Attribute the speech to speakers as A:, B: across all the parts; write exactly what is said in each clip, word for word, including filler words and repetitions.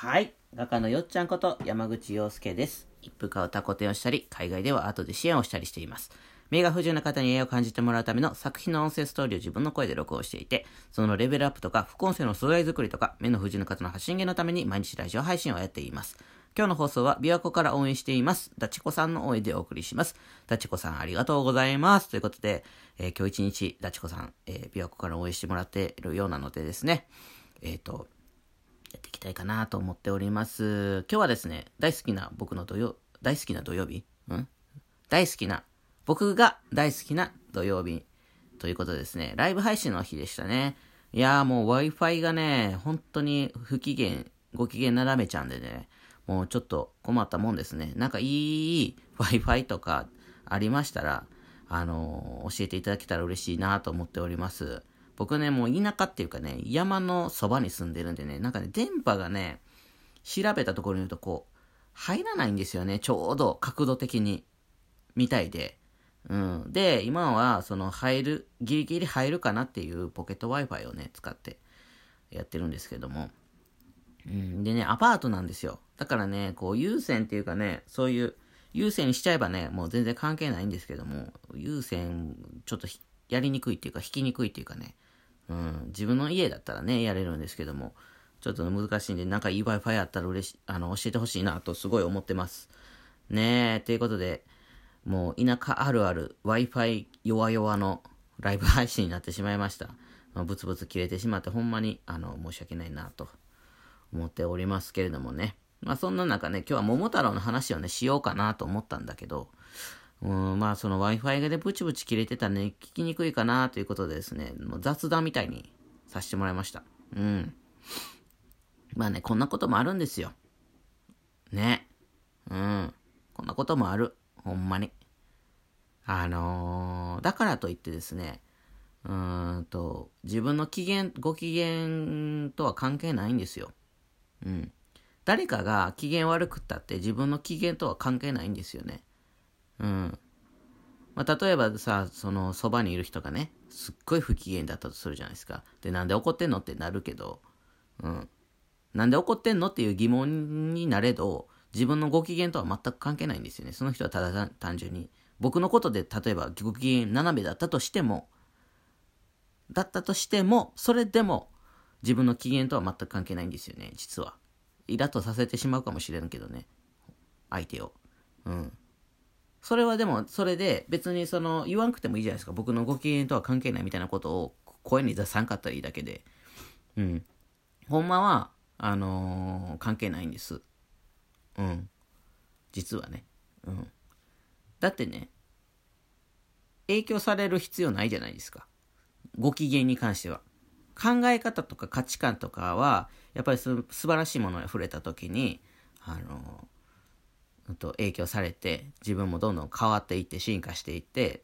A: はい。画家のよっちゃんこと山口洋介です。一風買うタコ店をしたり、海外では後で支援をしたりしています。目が不自由な方に絵を感じてもらうための作品の音声ストーリーを自分の声で録音していて、そのレベルアップとか副音声の素材作りとか、目の不自由な方の発信源のために毎日ラジオ配信をやっています。今日の放送は琵琶湖から応援しています。ダチコさんの応援でお送りします。ダチコさんありがとうございます。ということで、えー、今日一日ダチコさん、えー、琵琶湖から応援してもらっているようなのでですね、えっと、やっていきたいかなと思っております。今日はですね、大好きな僕の土曜、大好きな土曜日ん大好きな、僕が大好きな土曜日ということでですね、ライブ配信の日でしたね。いやーもう Wi-Fi がね、本当に不機嫌、ご機嫌斜めちゃうんでね、もうちょっと困ったもんですね。なんかいい Wi-Fi とかありましたら、あのー、教えていただけたら嬉しいなと思っております。僕ね、もう田舎っていうかね、山のそばに住んでるんでね、なんかね、電波がね、調べたところに言うとこう、入らないんですよね、ちょうど角度的に。みたいで。うん。で、今は、その、入る、ギリギリ入るかなっていうポケット Wi-Fi をね、使ってやってるんですけども。うん。でね、アパートなんですよ。だからね、こう、有線っていうかね、そういう、有線にしちゃえばね、もう全然関係ないんですけども、有線、ちょっとやりにくいっていうか、弾きにくいっていうかね、うん、自分の家だったらね、やれるんですけども、ちょっと難しいんで、なんかいい Wi-Fi あったら嬉しい、あの、教えてほしいなとすごい思ってます。ねえ、ということで、もう田舎あるある Wi-Fi 弱々のライブ配信になってしまいました。まあ、ブツブツ切れてしまってほんまにあの申し訳ないなと思っておりますけれどもね。まあそんな中ね、今日は桃太郎の話をね、しようかなと思ったんだけど、うーん、まあその Wi-Fi がね、ブチブチ切れてたらね、聞きにくいかなということでですね、もう雑談みたいにさせてもらいました。うん。まあね、こんなこともあるんですよ。ね。うん。こんなこともある。ほんまに。あのー、だからといってですね、うーんと、自分の機嫌、ご機嫌とは関係ないんですよ。うん。誰かが機嫌悪くったって自分の機嫌とは関係ないんですよね。うん。まあ、例えばさ、そのそばにいる人がね、すっごい不機嫌だったとするじゃないですか。で、なんで怒ってんのってなるけど、うん。なんで怒ってんのっていう疑問になれど、自分のご機嫌とは全く関係ないんですよね。その人はただ単純に、僕のことで例えばご機嫌斜めだったとしても、だったとしても、それでも自分の機嫌とは全く関係ないんですよね、実は。イラッとさせてしまうかもしれんけどね、相手を。うん。それはでも、それで別にその言わんくてもいいじゃないですか。僕のご機嫌とは関係ないみたいなことを声に出さんかったらいいだけで。うん。ほんまは、あのー、関係ないんです。うん。実はね。うん。だってね、影響される必要ないじゃないですか。ご機嫌に関しては。考え方とか価値観とかは、やっぱりす素晴らしいものに触れた時に、あのー、と影響されて、自分もどんどん変わっていって進化していって、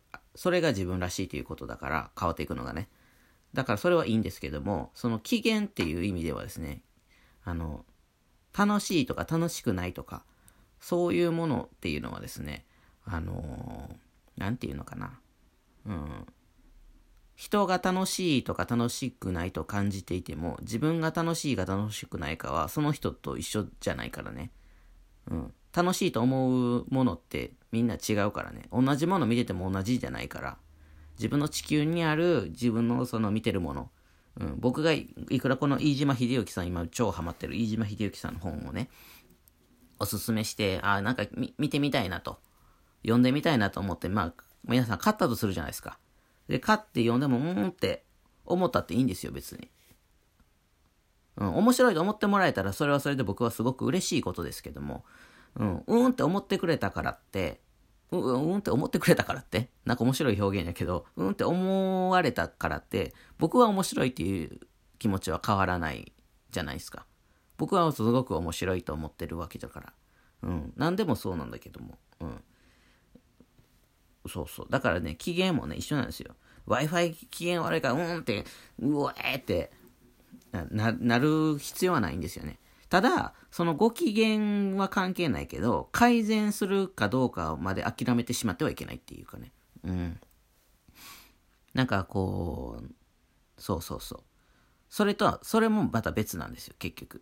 A: それが自分らしいということだから変わっていくのがね。だからそれはいいんですけども、その機嫌っていう意味ではですね、あの、楽しいとか楽しくないとか、そういうものっていうのはですね、あのー、なんていうのかな。うん。人が楽しいとか楽しくないと感じていても、自分が楽しいか楽しくないかは、その人と一緒じゃないからね。うん。楽しいと思うものってみんな違うからね。同じもの見てても同じじゃないから。自分の地球にある自分のその見てるもの。うん、僕がいくらこの飯島秀幸さん、今超ハマってる飯島秀幸さんの本をね、おすすめして、あ、なんか見てみたいなと。読んでみたいなと思って、まあ、皆さん買ったとするじゃないですか。で、買って読んでも、うーんって思ったっていいんですよ、別に。うん、面白いと思ってもらえたら、それはそれで僕はすごく嬉しいことですけども、うん、うーんって思ってくれたからって、う、うーんって思ってくれたからって、なんか面白い表現やけど、うーんって思われたからって、僕は面白いっていう気持ちは変わらないじゃないですか。僕はすごく面白いと思ってるわけだから。うん、何でもそうなんだけども。うん。そうそう。だからね、機嫌もね、一緒なんですよ。Wi-Fi 機嫌悪いから、うーんって、うわーってな、なる必要はないんですよね。ただ、そのご機嫌は関係ないけど、改善するかどうかまで諦めてしまってはいけないっていうかね。うん。なんかこう、そうそうそう。それとは、それもまた別なんですよ、結局。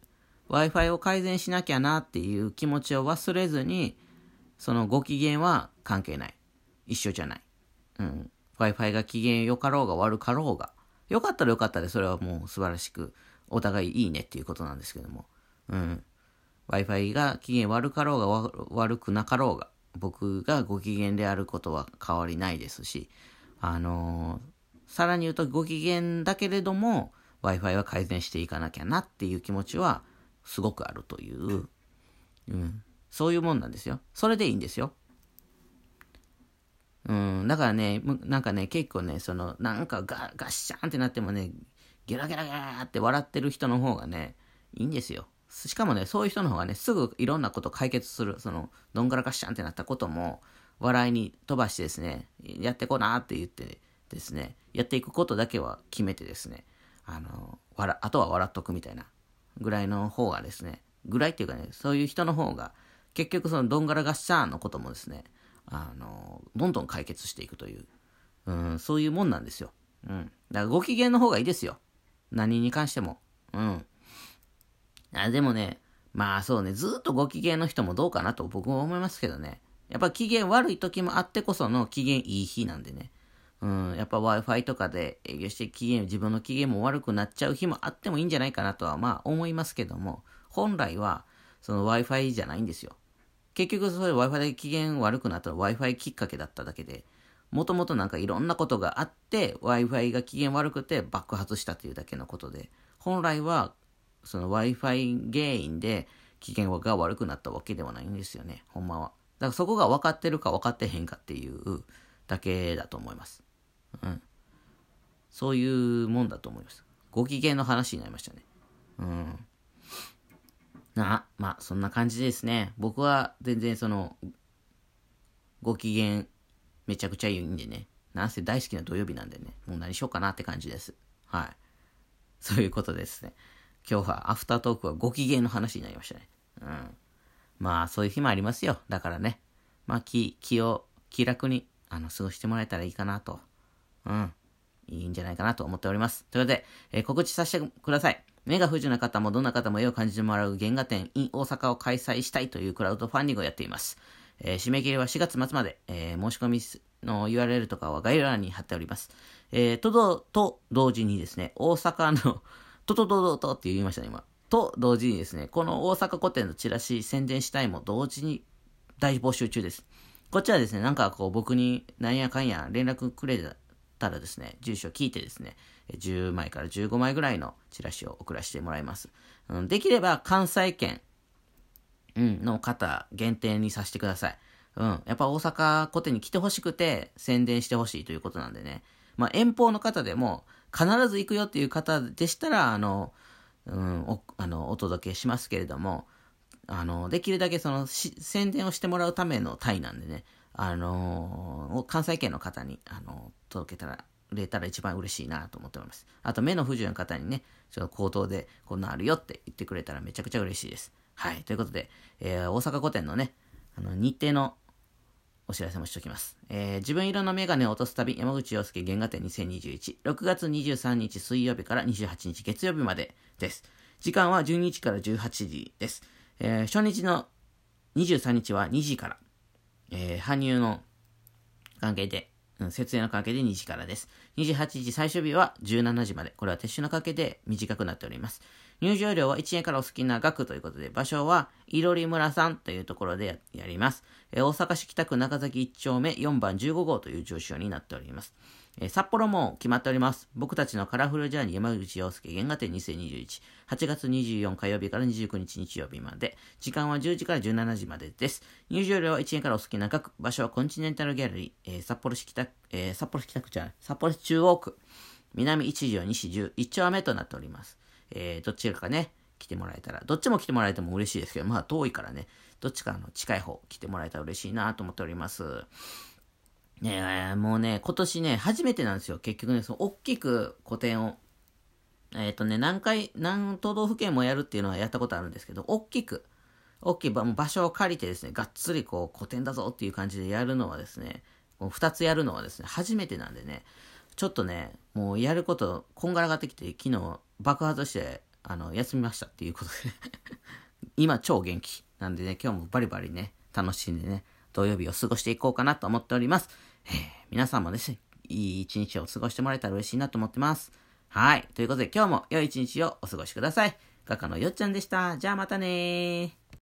A: Wi-Fi を改善しなきゃなっていう気持ちを忘れずに、そのご機嫌は関係ない。一緒じゃない。うん。Wi-Fi が機嫌良かろうが悪かろうが。良かったら良かったで、それはもう素晴らしく、お互いいいねっていうことなんですけども。うん。Wi-Fi が機嫌悪かろうが悪くなかろうが、僕がご機嫌であることは変わりないですし、あのー、さらに言うとご機嫌だけれども、Wi-Fi は改善していかなきゃなっていう気持ちはすごくあるという、うん、そういうもんなんですよ。それでいいんですよ。うん、だからね、なんかね、結構ね、その、なんかガガッシャンってなってもね、ゲラゲラゲラって笑ってる人の方がね、いいんですよ。しかもね、そういう人の方がね、すぐいろんなこと解決する、その、どんがらガッシャンってなったことも、笑いに飛ばしてですね、やってこなって言ってですね、やっていくことだけは決めてですね、あの、笑、あとは笑っとくみたいなぐらいの方がですね、ぐらいっていうかね、そういう人の方が、結局そのどんがらガッシャンのこともですね、あの、どんどん解決していくという、うん、そういうもんなんですよ。うん。だからご機嫌の方がいいですよ。何に関しても。うん。あでもね、まあそうね、ずっとご機嫌の人もどうかなと僕は思いますけどね。やっぱ機嫌悪い時もあってこその機嫌いい日なんでね。うん、やっぱ Wi-Fi とかで営業して機嫌、自分の機嫌も悪くなっちゃう日もあってもいいんじゃないかなとはまあ思いますけども、本来はその Wi-Fi じゃないんですよ。結局それ Wi-Fi で機嫌悪くなったら Wi-Fi きっかけだっただけで、もともとなんかいろんなことがあって Wi-Fi が機嫌悪くて爆発したというだけのことで、本来はその Wi-Fi 原因で機嫌が悪くなったわけではないんですよね、ほんまは。だからそこが分かってるか分かってへんかっていうだけだと思います。うん。そういうもんだと思います。ご機嫌の話になりましたね。うん。な、まあ、そんな感じですね。僕は全然その、ご機嫌めちゃくちゃいいんでね。なんせ大好きな土曜日なんでね。もう何しようかなって感じです。はい。そういうことですね。今日はアフタートークはご機嫌の話になりましたね。うん。まあ、そういう日もありますよ。だからね。まあ、気、気を気楽に、あの、過ごしてもらえたらいいかなと。うん。いいんじゃないかなと思っております。ということで、えー、告知させてください。目が不自由な方もどんな方も絵を感じてもらう原画展 in 大阪を開催したいというクラウドファンディングをやっています。えー、締め切りはしがつ末まで、えー、申し込みの ユーアールエル とかは概要欄に貼っております。えー、とど、と同時にですね、大阪の、とととととって言いましたね、今。と同時にですね、この大阪古典のチラシ宣伝したいも同時に大募集中です。こっちはですね、なんかこう僕になんやかんや連絡くれたらですね、住所聞いてですね、じゅうまいからじゅうごまいぐらいのチラシを送らせてもらいます。うん、できれば関西圏、うん、の方限定にさせてください。うん、やっぱ大阪古典に来てほしくて宣伝してほしいということなんでね。まあ遠方の方でも必ず行くよっていう方でしたら、あの、うん、お、あの、お届けしますけれども、あの、できるだけその宣伝をしてもらうための単位なんでね、あのー、関西圏の方に、あのー、届けたら、れたら一番嬉しいなと思っております。あと、目の不自由な方にね、ちょっと口頭でこんなあるよって言ってくれたらめちゃくちゃ嬉しいです。はい。ということで、えー、大阪古典のね、あの、日程のお知らせもしておきます。えー、自分色のメガネを落とす旅、山口洋介原画展にせんにじゅういち、ろくがつにじゅうさんにち水曜日からにじゅうはちにち月曜日までです。時間はじゅうにじからじゅうはちじです。えー、初日のにじゅうさんにちはにじから、えー、搬入の関係で、うん、設営の関係でにじからです。にじゅうはちじ最終日はじゅうしちじまで。これは撤収の関係で短くなっております。入場料はいちえんからお好きな額ということで、場所はいろり村さんというところで や, やります、えー。大阪市北区中崎いちちょうめよんばんじゅうごごうという住所になっております。えー、札幌も決まっております。僕たちのカラフルジャーニー山口洋介原画展にせんにじゅういち、はちがつにじゅうよっか火曜日からにじゅうくにち日曜日まで。時間はじゅうじからじゅうしちじまでです。入場料はいちえんからお好きな額。場所はコンチネンタルギャラリー、えー、札幌市北区、えー、札幌市北区じゃない、札幌市中央区、南いちじょう西じゅういちちょうめとなっております。えー、どっちかね、来てもらえたら、どっちも来てもらえても嬉しいですけど、まあ遠いからね、どっちかの近い方来てもらえたら嬉しいなと思っております。ねえ、もうね、今年ね、初めてなんですよ。結局ね、その大きく個展を、えっ、ー、とね、何回、何都道府県もやるっていうのはやったことあるんですけど、大きく、大きい場所を借りてですね、がっつりこう、個展だぞっていう感じでやるのはですね、二つやるのはですね、初めてなんでね、ちょっとね、もうやること、こんがらがってきて、昨日爆発して、 あの、休みましたっていうことで今超元気なんでね、今日もバリバリね、楽しんでね、土曜日を過ごしていこうかなと思っております。えー、皆さんもですね、いい一日を過ごしてもらえたら嬉しいなと思ってます。はい。ということで今日も良い一日をお過ごしください。画家のよっちゃんでした。じゃあまたねー。